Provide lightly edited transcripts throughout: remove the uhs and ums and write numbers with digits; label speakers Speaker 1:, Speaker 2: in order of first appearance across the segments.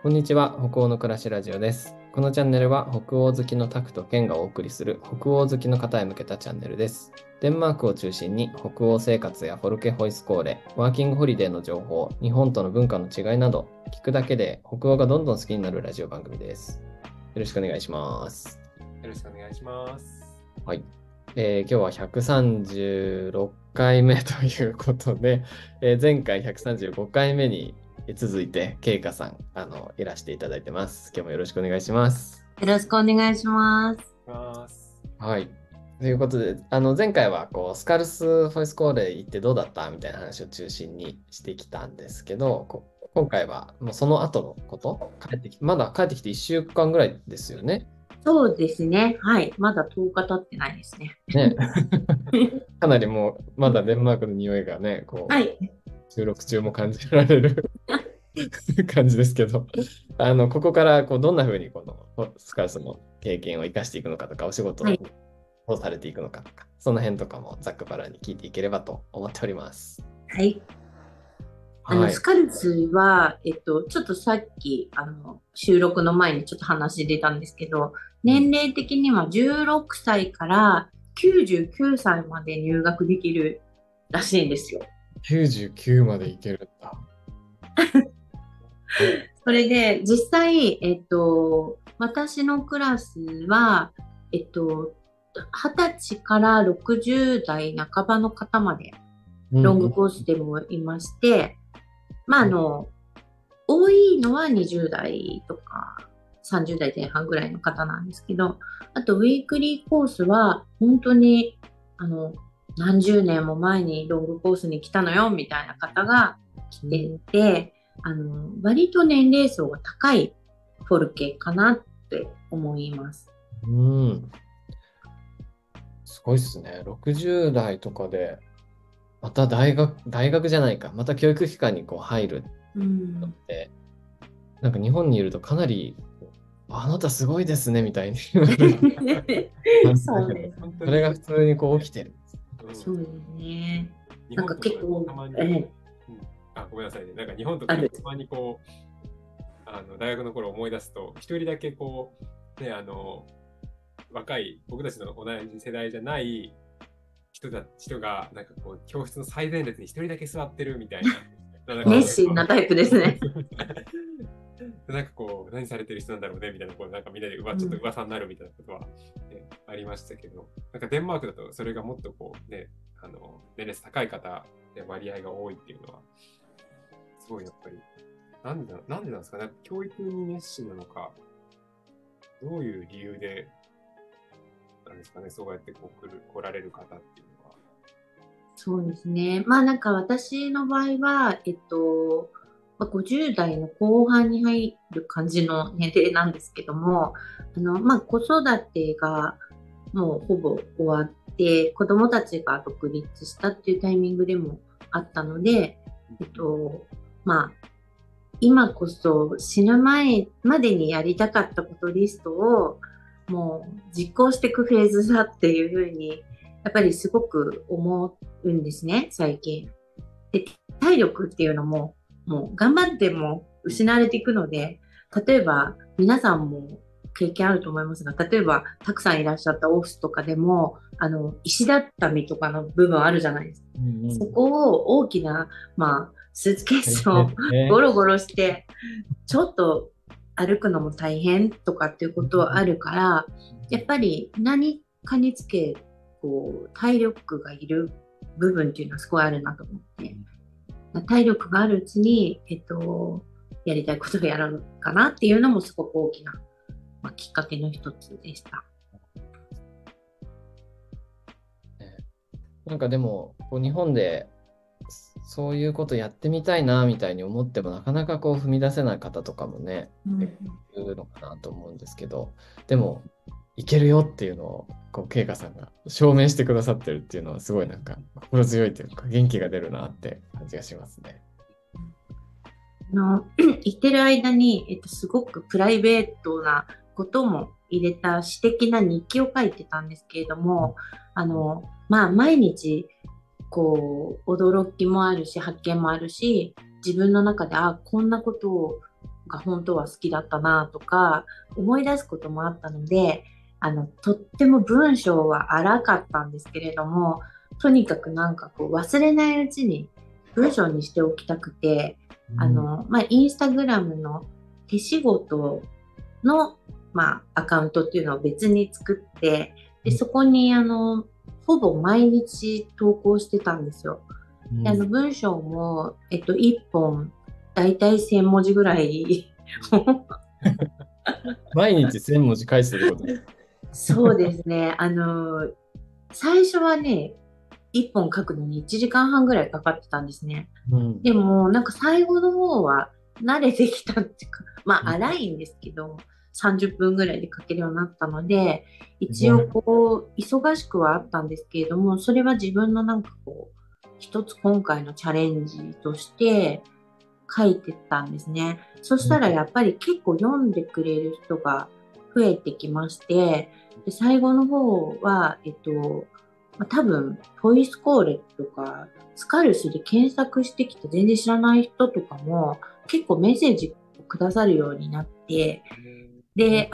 Speaker 1: こんにちは、北欧の暮らしラジオです。このチャンネルは北欧好きのタクとケンがお送りする北欧好きの方へ向けたチャンネルです。デンマークを中心に北欧生活やフォルケホイスコーレ、ワーキングホリデーの情報、日本との文化の違いなど、聞くだけで北欧がどんどん好きになるラジオ番組です。よろしくお願いします。
Speaker 2: よろしくお願いします。
Speaker 1: はい。今日は136回目ということで、前回135回目に続いて、ケイカさん、いらしていただいてます。今日もよろしくお願いします。
Speaker 3: よろしくお願いします。
Speaker 1: はい。ということで、前回はスカルスフォイスコーレ行ってどうだったみたいな話を中心にしてきたんですけど、今回はもうその後のこと、まだ帰ってきて1週間ぐらいですよね。
Speaker 3: そうですね。はい。まだ10日経ってないですね。
Speaker 1: ね。かなりもう、まだデンマークの匂いがね、
Speaker 3: はい。
Speaker 1: 収録中も感じられる感じですけど、ここからどんな風にこのスカルスの経験を生かしていくのかとか、お仕事を
Speaker 3: はい。
Speaker 1: どうされていくのかとか、その辺とかもざっくばらんに聞いていければと思っております。
Speaker 3: はい。ス
Speaker 1: はい。
Speaker 3: カルツは、ちょっとさっき、収録の前にちょっと話出たんですけど、
Speaker 1: うん、
Speaker 3: 年齢的には16歳から99歳まで入学できるらしいんですよ。
Speaker 1: 99までいけるんだ。え、
Speaker 3: それで、実際、私のクラスは、20歳から60代半ばの方までロング
Speaker 1: うんうん。
Speaker 3: コースでもいまして、まあ、多いのは20代とか30代前半ぐらいの方なんですけど、あとウィークリーコースは本当にあの何十年も前にロングコースに来たのよみたいな方が来てて、割と年齢層が高いフォルケかなって思います。
Speaker 1: うん、すごいっすね。60代とかで、また大学じゃないか、また教育機関に入る
Speaker 3: うん、
Speaker 1: のって、なんか日本にいるとかなり、あなたすごいですねみたいに言われる感じだけど、
Speaker 3: そうです
Speaker 1: それが
Speaker 3: ね。
Speaker 1: 普通に起きてる。
Speaker 3: そうですね。なんか
Speaker 2: 日本とか
Speaker 3: 結構、
Speaker 2: たまに、ごめんなさいね。なんか日本とか
Speaker 3: ある。
Speaker 2: たまに大学の頃思い出すと、一人だけ若い、僕たちの同じ世代じゃない人が、なんか教室の最前列に一人だけ座ってるみたいな。なんか
Speaker 3: 熱心なタイプですね。
Speaker 2: なんか何されてる人なんだろうねみたいな、なんかみんなでちょっと
Speaker 3: うん、
Speaker 2: 噂になるみたいなことは、ありましたけど、なんかデンマークだとそれがもっと年齢高い方で割合が多いっていうのは、すごいやっぱり、なんでなんですかね、教育に熱心なのか、どういう理由で、なんですかね、そうやって来られる方っていうのは。
Speaker 3: そうですね。まあなんか私の場合は、まあ50代の後半に入る感じの年齢なんですけども、まあ子育てがもうほぼ終わって、子供たちが独立したっていうタイミングでもあったので、まあ今こそ死ぬ前までにやりたかったことリストをもう実行していくフェーズだっていうふうにやっぱりすごく思うんですね、最近。で、体力っていうのももう頑張っても失われていくので、例えば皆さんも経験あると思いますが、例えばたくさんいらっしゃったオフィスとかでも石畳とかの部分あるじゃないですか。
Speaker 1: うんうん。
Speaker 3: そこを大きな、まあ、スーツケー
Speaker 1: 大
Speaker 3: スを
Speaker 1: 変ね。
Speaker 3: ゴロゴロして、ちょっと歩くのも大変とかっていうことはあるから、やっぱり何かにつけ、体力がいる部分っていうのはすごいあるなと思って、体力があるうちに、やりたいことをやるのかなっていうのもすごく大きな、まあ、きっかけの一つでした。
Speaker 1: ね、なんかでも、日本でそういうことやってみたいなみたいに思っても、なかなか踏み出せない方とかもね、結
Speaker 3: うん、
Speaker 1: 構いるのかなと思うんですけど、でも、いけるよっていうのを、慶香さんが証明してくださってるっていうのは、すごいなんか、心強いというか、元気が出るなって感じがしますね。
Speaker 3: 言ってる間に、すごくプライベートなことも入れた詩的な日記を書いてたんですけれども、まあ、毎日、驚きもあるし、発見もあるし、自分の中で、あ、こんなことをが本当は好きだったなとか思い出すこともあったので、とっても文章は荒かったんですけれども、とにかくなんかこう忘れないうちに文章にしておきたくて、インスタグラムの手仕事の、アカウントっていうのを別に作って、でそこにほぼ毎日投稿してたんですよ。で文章も、1本だいたい1000文字ぐらい
Speaker 1: 毎日1000文字返してることです。
Speaker 3: そうですね。最初はね、1本書くのに1時間半ぐらいかかってたんですね。でも、なんか最後の方は慣れてきたっていうか、荒いんですけど、30分ぐらいで書けるようになったので、一応こう、忙しくはあったんですけれども、それは自分のなんかこう、一つ今回のチャレンジとして書いてたんですね。そしたらやっぱり結構読んでくれる人が増えてきまして、で最後の方は、多分、ポイスコーレとか、スカルスで検索してきて全然知らない人とかも結構メッセージをくださるようになって、で、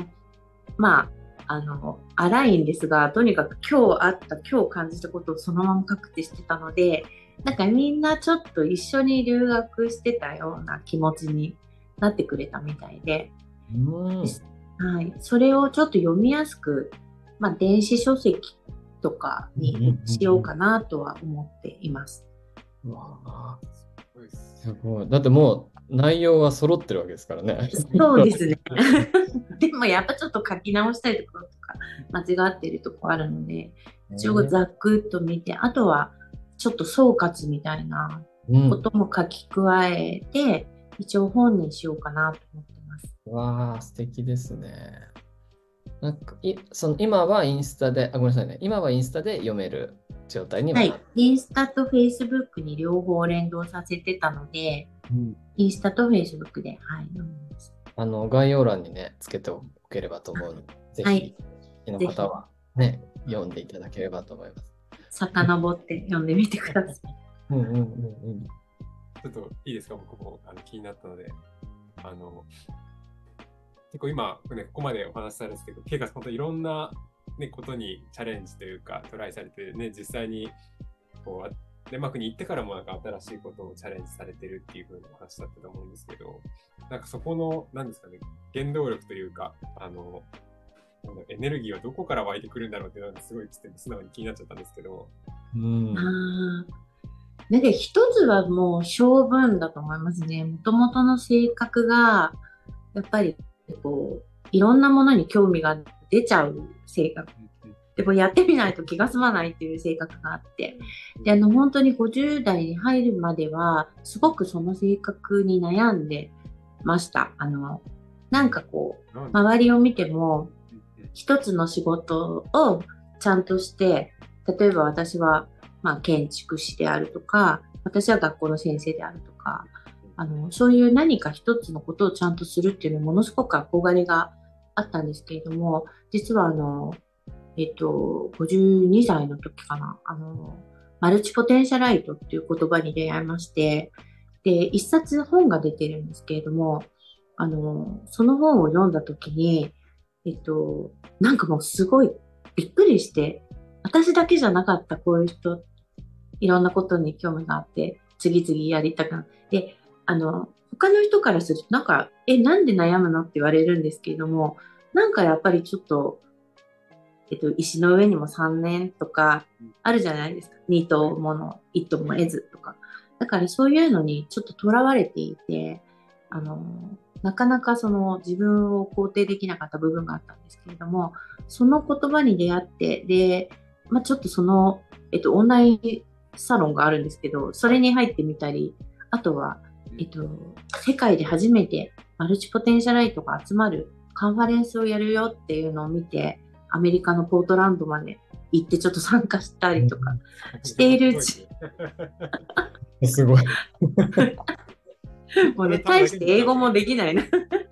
Speaker 3: 荒いんですが、とにかく今日感じたことをそのまま書くってしてたので、なんかみんなちょっと一緒に留学してたような気持ちになってくれたみたいで、はい、それをちょっと読みやすく、電子書籍とかにしようかなとは思っています。
Speaker 1: わー、すごい。だってもう内容は揃ってるわけですからね。
Speaker 3: そうですね。でもやっぱちょっと書き直したいところとか間違ってるところあるので、一応ざっくっと見て、あとはちょっと総括みたいなことも書き加えて、一応本にしようかなと思ってます。
Speaker 1: わあ、素敵ですね。なんか今はインスタで、ごめんなさいね。今はインスタで読める状態にはなる。
Speaker 3: はい。インスタとフェイスブックに両方連動させてたので、インスタとフェイスブックで、読みます。
Speaker 1: 概要欄にね、つけておければと思うので、ぜひ、の方はね、読んでいただければと思います。
Speaker 3: 遡って読んでみてください。
Speaker 2: ちょっといいですか、僕も気になったので、結構今、ここまでお話しされてて、結構本当いろんな、ことにチャレンジというかトライされて、実際にこうデンマークに行ってからもなんか新しいことをチャレンジされてるっていう風なお話だったと思うんですけど、なんかそこの何ですかね、原動力というかエネルギーはどこから湧いてくるんだろうっていうのがすごい素直に気になっちゃったんですけど。
Speaker 3: なんか一つはもう性分だと思いますね。もともとの性格がやっぱりこういろんなものに興味が出ちゃう性格でもやってみないと気が済まないっていう性格があって、で本当に50代に入るまではすごくその性格に悩んでました。なんかこう周りを見ても一つの仕事をちゃんとして、例えば私は建築士であるとか、私は学校の先生であるとか、そういう何か一つのことをちゃんとするっていうのはものすごく憧れがあったんですけれども、実は52歳の時かな、マルチポテンシャライトっていう言葉に出会いまして、で、一冊本が出てるんですけれども、その本を読んだ時に、なんかもうすごいびっくりして、私だけじゃなかった、こういう人、いろんなことに興味があって、次々やりたくなって、他の人からすると、なんか、なんで悩むのって言われるんですけれども、なんかやっぱりちょっと、石の上にも3年とかあるじゃないですか。二頭もの、一頭も得ずとか。だからそういうのにちょっととらわれていて、なかなかその自分を肯定できなかった部分があったんですけれども、その言葉に出会って、で、ちょっとその、オンラインサロンがあるんですけど、それに入ってみたり、あとは、世界で初めてマルチポテンシャライトが集まるカンファレンスをやるよっていうのを見て、アメリカのポートランドまで行ってちょっと参加したりとかしているうち
Speaker 1: すごい。
Speaker 3: もうね、大して英語もできないな。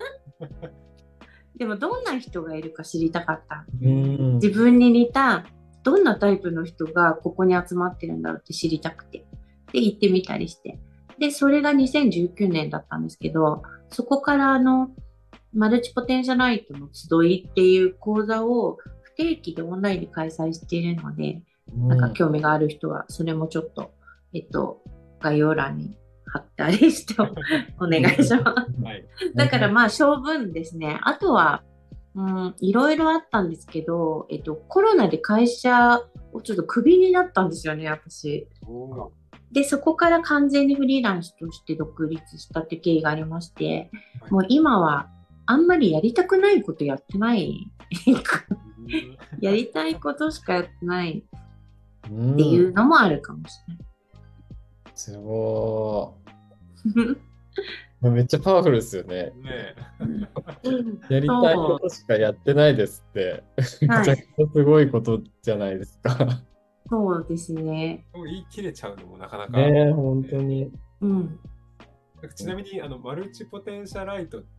Speaker 3: でもどんな人がいるか知りたかった。自分に似たどんなタイプの人がここに集まってるんだろうって知りたくて。で、行ってみたりして。 で、それが2019年だったんですけど、そこからマルチポテンシャライトの集いっていう講座を不定期でオンラインで開催しているので、なんか興味がある人は、それもちょっと、概要欄に貼ってありしてお願いします。
Speaker 2: はい。
Speaker 3: だからまあ、性分ですね。あとは、いろいろあったんですけど、コロナで会社をちょっとクビになったんですよね、私。
Speaker 2: お
Speaker 3: で、そこから完全にフリーランスとして独立したって経緯がありまして、
Speaker 2: はい
Speaker 3: もう今はあんまりやりたくないことやってない。やりたいことしかやってないっていうのもあるかもしれない。
Speaker 1: すごい。めっちゃパワフルですよね。
Speaker 2: ね
Speaker 1: やりたいことしかやってないですって、めちゃくちゃすごいことじゃないですか。
Speaker 3: そうですね。
Speaker 2: 言い切れちゃうのもなかなか。
Speaker 1: ねえ、本当に。
Speaker 2: ちなみにマルチポテンシャライトって、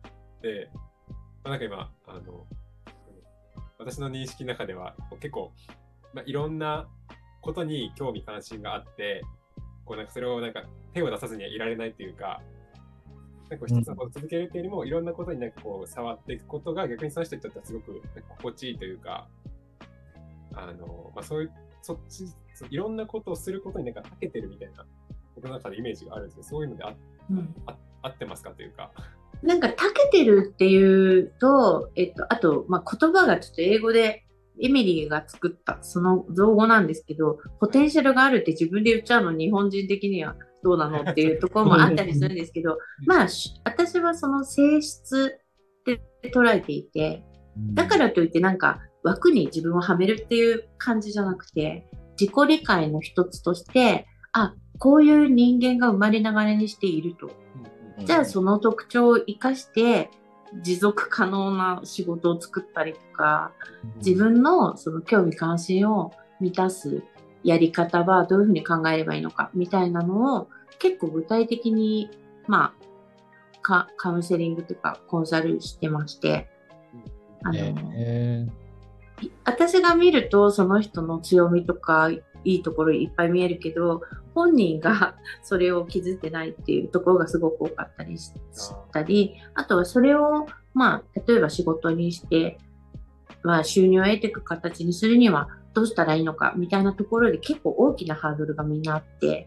Speaker 2: なんか今私の認識の中では結構、いろんなことに興味関心があって、なんかそれをなんか手を出さずにはいられないというか、なんか一つのことを続けるっていうよりも、いろんなことになんか触っていくことが逆にその人にとってはすごく心地いいというか、そういういろんなことをすることになんか長けてるみたいな僕の中でイメージがあるんですけど、そういうので合ってますかというか。
Speaker 3: なんか長けてるっていうと、あと、言葉がちょっと英語でエミリーが作ったその造語なんですけど、ポテンシャルがあるって自分で言っちゃうの日本人的にはどうなのっていうところもあったりするんですけど、私はその性質で捉えていて、だからといってなんか枠に自分をはめるっていう感じじゃなくて、自己理解の一つとして、こういう人間が生まれながらにしていると。じゃあその特徴を生かして持続可能な仕事を作ったりとか、自分のその興味関心を満たすやり方はどういうふうに考えればいいのかみたいなのを結構具体的にカウンセリングとかコンサルしてまして、私が見るとその人の強みとかいいところいっぱい見えるけど、本人がそれを気づいてないっていうところがすごく多かったりしたり、あとはそれを例えば仕事にして、収入を得ていく形にするにはどうしたらいいのかみたいなところで結構大きなハードルがみんなあって、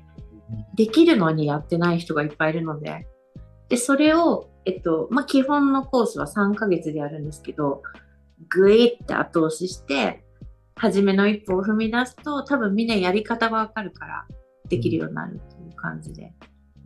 Speaker 3: できるのにやってない人がいっぱいいるので、それを、基本のコースは3ヶ月でやるんですけど、ぐいって後押しして初めの一歩を踏み出すと、多分みんなやり方がわかるからできるようになるっていう感じで、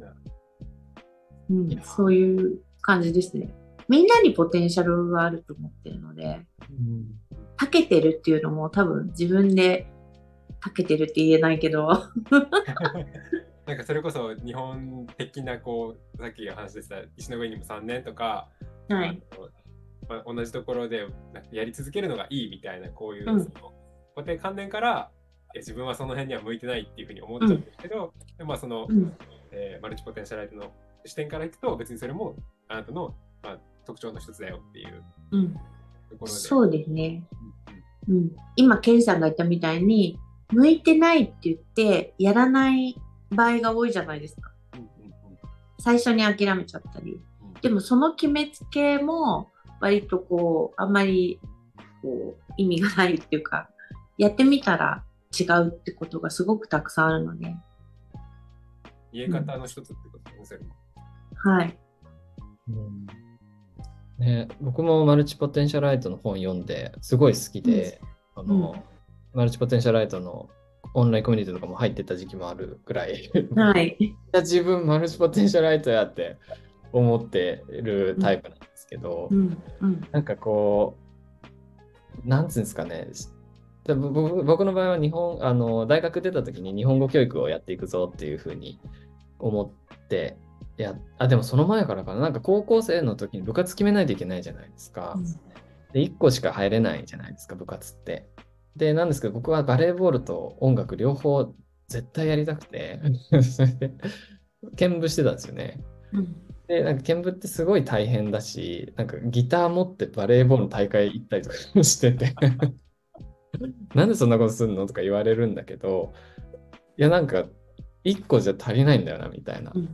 Speaker 3: そういう感じですね。みんなにポテンシャルがあると思ってるので、長けてるっていうのも多分自分で長けてるって言えないけど
Speaker 2: なんかそれこそ日本的なさっき話でした石の上にも3年とか、同じところでやり続けるのがいいみたいな、こういう固定観念から自分はその辺には向いてないっていうふうに思っちゃうんですけど、でもその、マルチポテンシャライトの視点からいくと別にそれもあなたの、特徴の一つだよっていうところで、
Speaker 3: そうですね、今ケンさんが言ったみたいに向いてないって言ってやらない場合が多いじゃないですか。最初に諦めちゃったり、でもその決めつけも割とあんまり意味がないっていうか、やってみたら違うってことがすごくたくさんあるので、
Speaker 2: 見え方の一つってことですね、
Speaker 3: はい。
Speaker 1: 僕もマルチポテンシャライトの本読んですごい好きで、マルチポテンシャライトのオンラインコミュニティとかも入ってた時期もあるぐらい、自分マルチポテンシャライトやって思ってるタイプなんですけど、なんかなんつうんですかね、僕の場合は大学出た時に日本語教育をやっていくぞっていうふうに思ってでもその前からかな、なんか高校生の時に部活決めないといけないじゃないですか。で、1個しか入れないじゃないですか、部活って。で、なんですけど、僕はバレーボールと音楽両方絶対やりたくて、それで、兼部してたんですよね。で、なんか兼部ってすごい大変だし、なんかギター持ってバレーボールの大会行ったりとかしててなんでそんなことするのとか言われるんだけど、いや、なんか1個じゃ足りないんだよな、みたいな。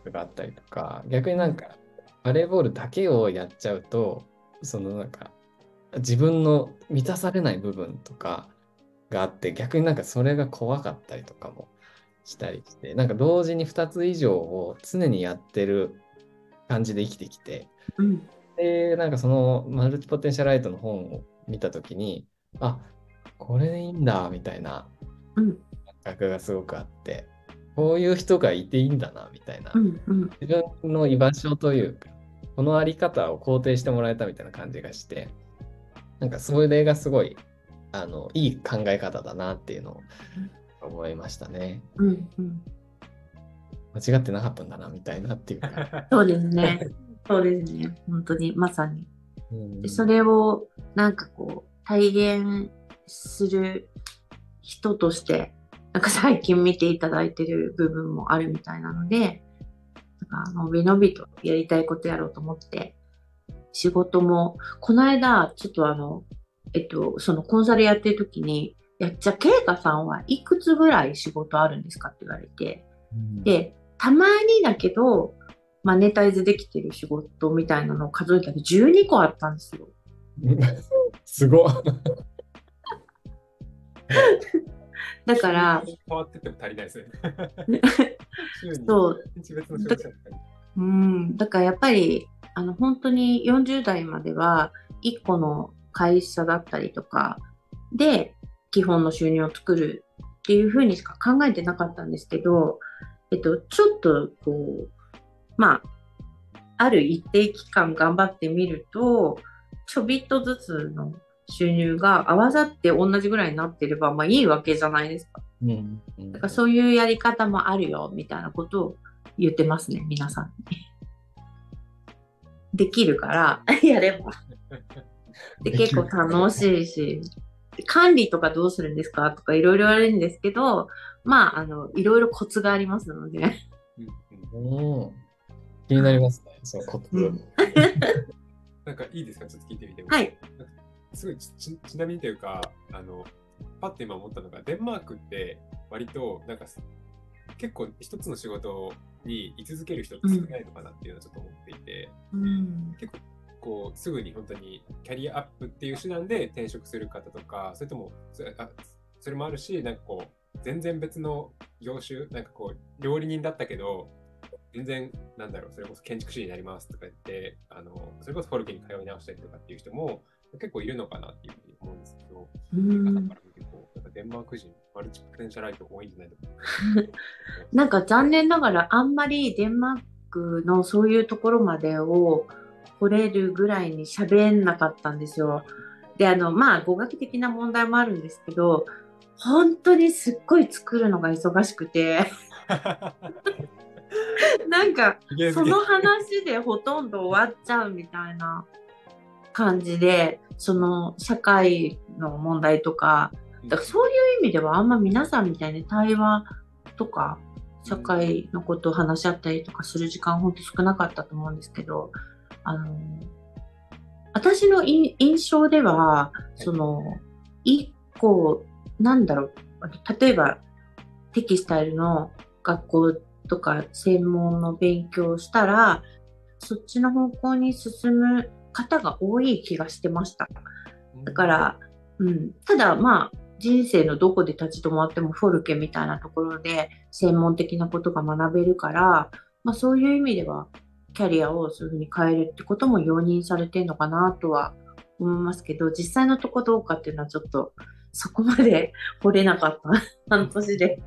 Speaker 1: かがあったりとか、逆になんかバレーボールだけをやっちゃうと、そのなんか自分の満たされない部分とかがあって、逆になんかそれが怖かったりとかもしたりして、なんか同時に2つ以上を常にやってる感じで生きてきて、
Speaker 3: うん。
Speaker 1: で、なんかそのマルチポテンシャライトの本を見たときに、あ、これでいいんだ、みたいな
Speaker 3: うん。
Speaker 1: 感覚がすごくあって、こういう人がいていいんだな、みたいな、
Speaker 3: うん。うん。
Speaker 1: 自分の居場所というか、このあり方を肯定してもらえたみたいな感じがして、なんかそれがすごい、いい考え方だなっていうのを思いましたね。
Speaker 3: うん。うん。
Speaker 1: 間違ってなかったんだな、みたいなっていうか。
Speaker 3: そうですね。そうですね。本当に、まさに。で、そ
Speaker 1: うん、
Speaker 3: れを、なんかこう、体現する人として、なんか最近見ていただいてる部分もあるみたいなので、なんかのびのびとやりたいことやろうと思って、仕事も、この間、ちょっとそのコンサルやってる時に、じゃあ、ケイカさんはいくつぐらい仕事あるんですかって言われて、で、たまにだけど、マネタイズできてる仕事みたいなのを数えたら12個あったんですよ。
Speaker 1: すごい。
Speaker 3: だから、
Speaker 2: 変わってっても足りないですね。週に
Speaker 3: そう、
Speaker 2: 一別の仕事者だったり。
Speaker 3: だからやっぱり、本当に40代までは、1個の会社だったりとかで、基本の収入を作るっていうふうにしか考えてなかったんですけど、ちょっとこう、まあ、ある一定期間頑張ってみると、ちょびっとずつの収入が合わさって同じぐらいになってれば、まあいいわけじゃないですか。
Speaker 1: うんうん、
Speaker 3: だからそういうやり方もあるよ、みたいなことを言ってますね、皆さんに。できるから、やれば。で、結構楽しいし、管理とかどうするんですかとかいろいろ言われるんですけど、まあ、いろいろコツがありますので。
Speaker 1: おー、気になりますね、そのコツ。
Speaker 2: なんかいいですか、ちょっと聞いてみても。
Speaker 3: はい。
Speaker 2: すごいちなみにというか、パッて今思ったのが、デンマークって割となんか結構一つの仕事に居続ける人って少ないのかなっていうのはちょっと思っていて、結構こうすぐに本当にキャリアアップっていう手段で転職する方とか、それともそれもあるし、なんかこう全然別の業種、なんかこう料理人だったけど全然なんだろう、それこそ建築士になりますとか言ってそれこそフォルケに通い直したりとかっていう人も結構いるのかなっていうふうに思うんですけど、方から見てこうなんかデンマーク人マルチポテンシャライト多いんじゃないのか
Speaker 3: なんか残念ながらあんまりデンマークのそういうところまでを来れるぐらいに喋んなかったんですよ。で、まあ語学的な問題もあるんですけど、本当にすっごい作るのが忙しくてなんかその話でほとんど終わっちゃうみたいな感じで、その社会の問題とか、だからそういう意味ではあんま皆さんみたいに対話とか社会のことを話し合ったりとかする時間ほんと少なかったと思うんですけど、私の印象では、その一個なんだろう、例えばテキスタイルの学校とか専門の勉強をしたらそっちの方向に進む方が多い気がしてました。だから、ただまあ人生のどこで立ち止まってもフォルケみたいなところで専門的なことが学べるから、まあ、そういう意味ではキャリアをそういうふうに変えるってことも容認されてるのかなとは思いますけど、実際のとこどうかっていうのはちょっとそこまで掘れなかった半年で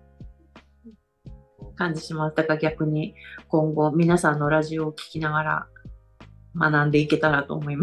Speaker 3: 感じします。だから逆に今後皆さんのラジオを聞きながら学んでいけたらと思います。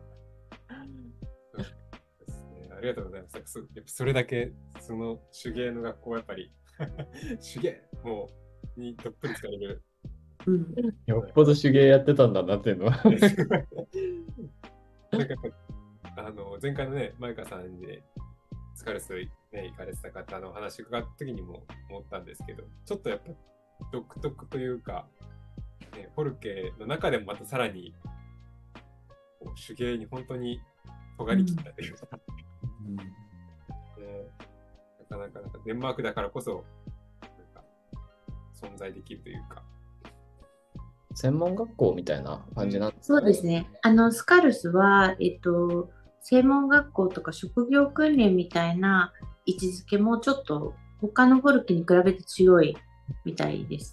Speaker 2: ありがとうございます。やっぱそれだけその手芸の学校はやっぱり手芸もうにどっぷり使える。
Speaker 1: よっぽど手芸やってたんだなっていうのは
Speaker 2: なんかやっぱ前回のね、マイカさんでスカレスね、行かれてた方の話伺った時にも思ったんですけど、ちょっとやっぱ独特というか、ね、フォルケの中でもまたさらにこう手芸に本当に尖りきったというか、なかなかデンマークだからこそなんか存在できるというか、
Speaker 1: 専門学校みたいな感じなんです
Speaker 3: そう
Speaker 1: かね。
Speaker 3: ですね。スカルスは、専門学校とか職業訓練みたいな位置づけもちょっと他のフォルケに比べて強いみたいです。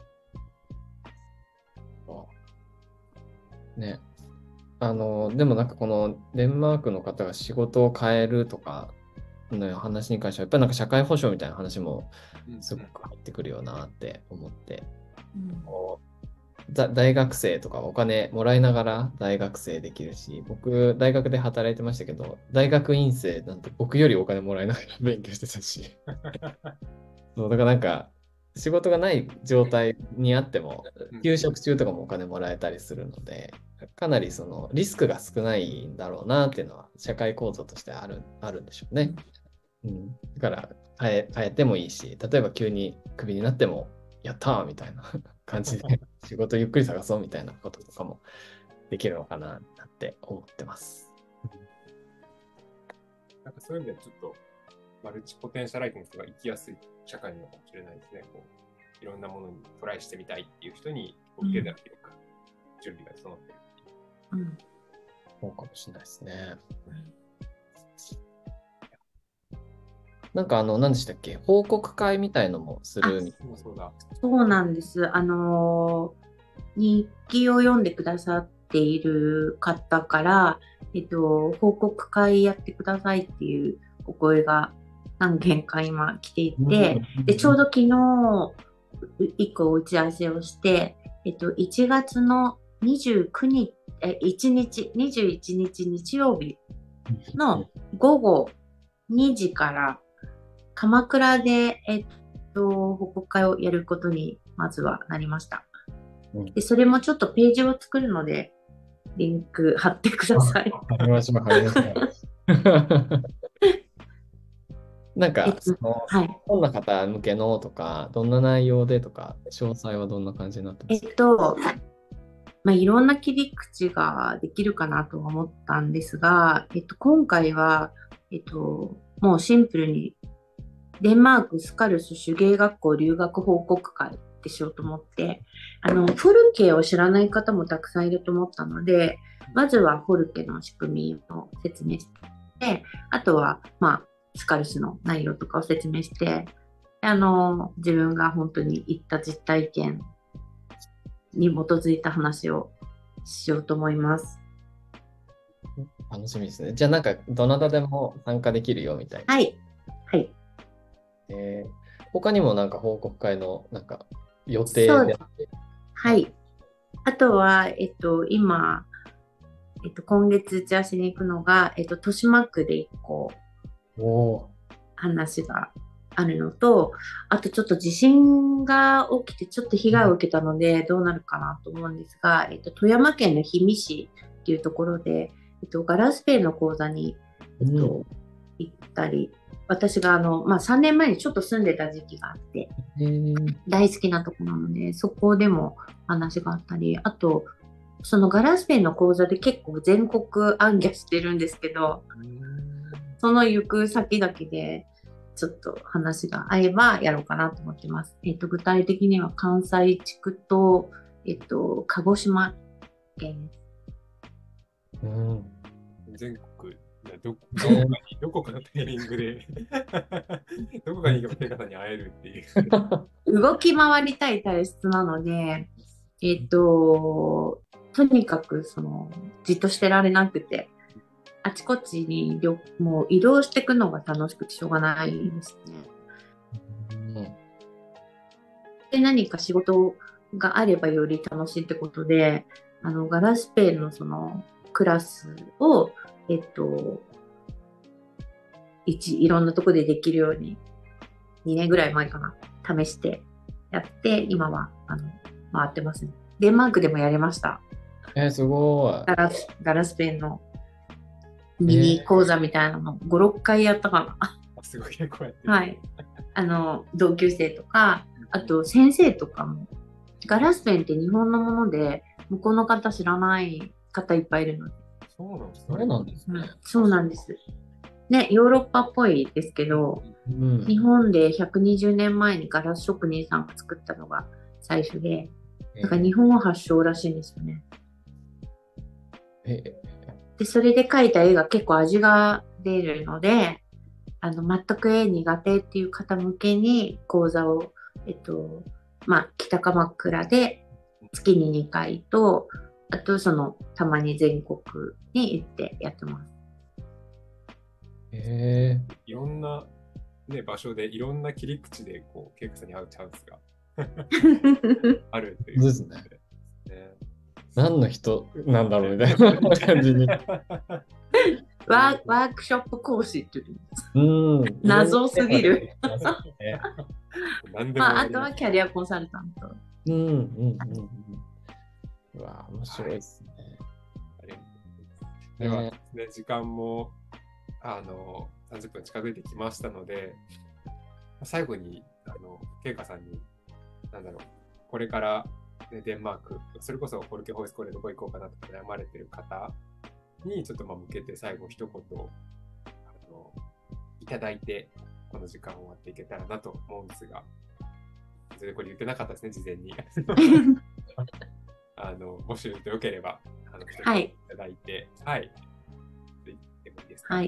Speaker 1: ね。でもなんかこのデンマークの方が仕事を変えるとかの話に関しては、やっぱりなんか社会保障みたいな話もすごく入ってくるよなって思って、こう大学生とかお金もらいながら大学生できるし、僕大学で働いてましたけど、大学院生なんて僕よりお金もらいながら勉強してたし、そうだからなんか仕事がない状態にあっても、休職中とかもお金もらえたりするので、かなりそのリスクが少ないんだろうなっていうのは社会構造としてあるんでしょうね。だから変えてもいいし、例えば急にクビになっても、やったーみたいな感じで仕事ゆっくり探そうみたいなこととかもできるのかなって思ってます。
Speaker 2: なんかそういう意味ではちょっとマルチポテンシャライティングとか生きやすい社会なのかもしれないですね。いろんなものにトライしてみたいっていう人に受けるというか、準備が整っている。
Speaker 1: そうかもしれないですね。なんか何でしたっけ、報告会みたいのもするみたいな。
Speaker 3: そうなんです。日記を読んでくださっている方から、報告会やってくださいっていうお声が何件か今来ていて、でちょうど昨日1個打ち合わせをして、1月の21日日曜日の午後2時から鎌倉で、報告会をやることにまずはなりました。でそれもちょっとページを作るので、リンク貼ってください。
Speaker 1: 貼りましょう。なんか、どんな方向けのとか、どんな内容でとか、詳細はどんな感じになってますか？
Speaker 3: いろんな切り口ができるかなと思ったんですが、今回は、もうシンプルにデンマークスカルス手芸学校留学報告会ってしようと思って、フォルケを知らない方もたくさんいると思ったので、まずはフォルケの仕組みを説明して、あとは、スカルスの内容とかを説明して、自分が本当に行った実体験に基づいた話をしようと思います。
Speaker 1: 楽しみですね。じゃあなんかどなたでも参加できるよみたいな。
Speaker 3: はい。はい。
Speaker 1: 他にもなんか報告会のなんか予定であって。
Speaker 3: はい。あとは、今、今月打ち合わせに行くのが、豊島区で1個話があるのと、あとちょっと地震が起きてちょっと被害を受けたのでどうなるかなと思うんですが、富山県の氷見市っていうところで、ガラスペンの講座に、行ったり、私が3年前にちょっと住んでた時期があって、大好きなとこなので、そこでも話があったり、あと、そのガラスペンの講座で結構全国行脚してるんですけど、その行く先々でちょっと話が合えばやろうかなと思ってます。具体的には関西地区と、鹿児島県
Speaker 2: です。全国どこかのタイミングでどこかに行けば手方に会えるっていう
Speaker 3: 動き回りたい体質なので、とにかくじっとしてられなくて、あちこちにもう移動していくのが楽しくてしょうがないですね。で何か仕事があればより楽しいってことで、ガラスペンのクラスをいろんなとこでできるように2年ぐらい前かな試してやって今は回ってますね。デンマークでもやりました。
Speaker 1: すごい。
Speaker 3: ガラスペンのミニ講座みたいなの5、6回やったかな。
Speaker 2: すごい結構やってる。
Speaker 3: はい。同級生とか、あと先生とかも、ガラスペンって日本のもので、向こうの方知らない方いっぱいいるので。
Speaker 2: そうなんですね。
Speaker 1: そうなんですね。
Speaker 3: そうなんです。ね、ヨーロッパっぽいですけど、日本で120年前にガラス職人さんが作ったのが最初で、 なんか日本は発祥らしいんですよね。
Speaker 1: え
Speaker 3: で、それで描いた絵が結構味が出るので、全く絵苦手っていう方向けに講座を、北鎌倉で月に2回と、あとたまに全国に行ってやってます。
Speaker 2: いろんな、ね、場所でいろんな切り口で恵子さんに会うチャンスがあるという
Speaker 1: ですね。何の人なんだろうみたいな感じに。
Speaker 3: ワークショップ講師っていう。謎すぎる。あとはキャリアコンサルタント。
Speaker 1: うわ、面白いですね。
Speaker 2: では、ね、時間も30分近づいてきましたので、最後に恵子さんにこれから、ね、デンマーク、それこそフォルケホイスコーレどこ行こうかなとか悩まれてる方にちょっと向けて最後一言いただいてこの時間を終わっていけたらなと思うんですが、それでこれ言ってなかったですね、事前に。もしよければ一言いただいて、はい。言ってもいいですか？
Speaker 3: はい。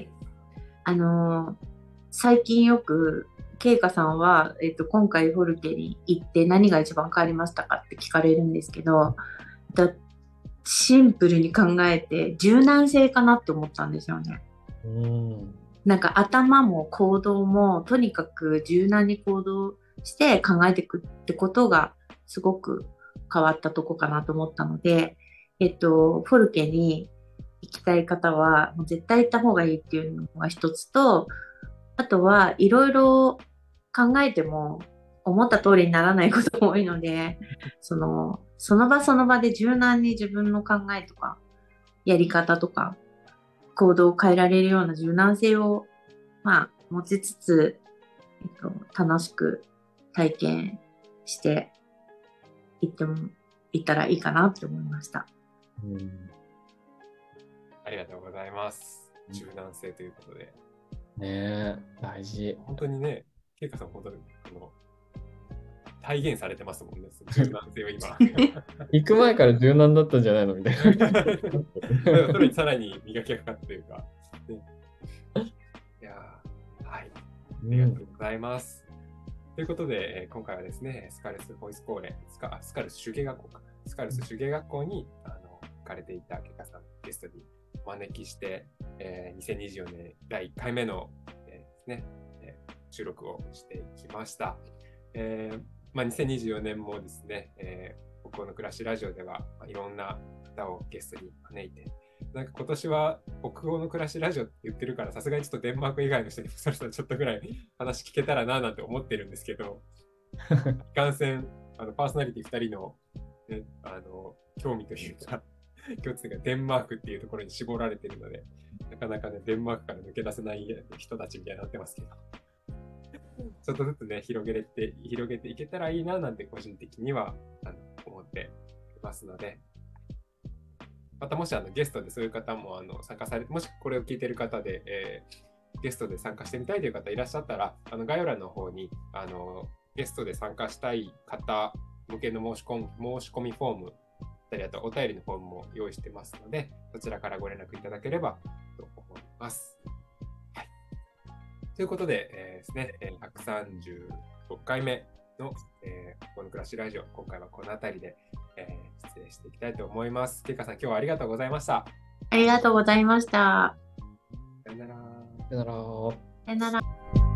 Speaker 3: 最近よく恵子さんは、今回フォルケに行って何が一番変わりましたかって聞かれるんですけど、シンプルに考えて柔軟性かなって思ったんですよね。なんか頭も行動もとにかく柔軟に行動して考えていくってことがすごく変わったとこかなと思ったので、フォルケに行きたい方はもう絶対行った方がいいっていうのが一つと、あとはいろいろ考えても思った通りにならないことも多いので、その場その場で柔軟に自分の考えとかやり方とか行動を変えられるような柔軟性を持ちつつ、楽しく体験していったらいいかなって思いました。
Speaker 2: ありがとうございます。柔軟性ということで。
Speaker 1: ねえ、大事。
Speaker 2: 本当にね、恵子さん本当に体現されてますもんね、柔軟性を今。
Speaker 1: 行く前から柔軟だったんじゃないのみたいな。
Speaker 2: それにさらに磨きがかかったというか。ね、いやはい。ありがとうございます。ということで、今回はですね、スカルスボイスコーレ、スカルス手芸学校か。スカルス手芸学校に行かれていた恵子さんゲストにお招きして、2024年第1回目の、ですね、収録をしていきました。2024年もですね、北欧の暮らしラジオではいろんな方をゲストに招いて、なんか今年は北欧の暮らしラジオって言ってるから、さすがにちょっとデンマーク以外の人にもそろそろちょっとぐらい話聞けたらななんて思ってるんですけど、いかんせんパーソナリティ2人の、ね、興味というか共通がデンマークっていうところに絞られているので、なかなかねデンマークから抜け出せない人たちみたいになってますけど、ちょっとずつね広げていけたらいいななんて個人的には思っていますので、またもしゲストでそういう方も参加されて、もしこれを聞いている方で、ゲストで参加してみたいという方いらっしゃったら、概要欄の方にゲストで参加したい方向けの申し込みフォームあとお便りのフォームも用意してますので、そちらからご連絡いただければと思います。はい、ということで、ですね、136回目の、この暮らしラジオ、今回はこの辺りで、失礼していきたいと思います。恵子さん、今日はありがとうございました。
Speaker 3: ありがとうございました。
Speaker 2: さよなら。
Speaker 1: さよなら。
Speaker 3: さよなら。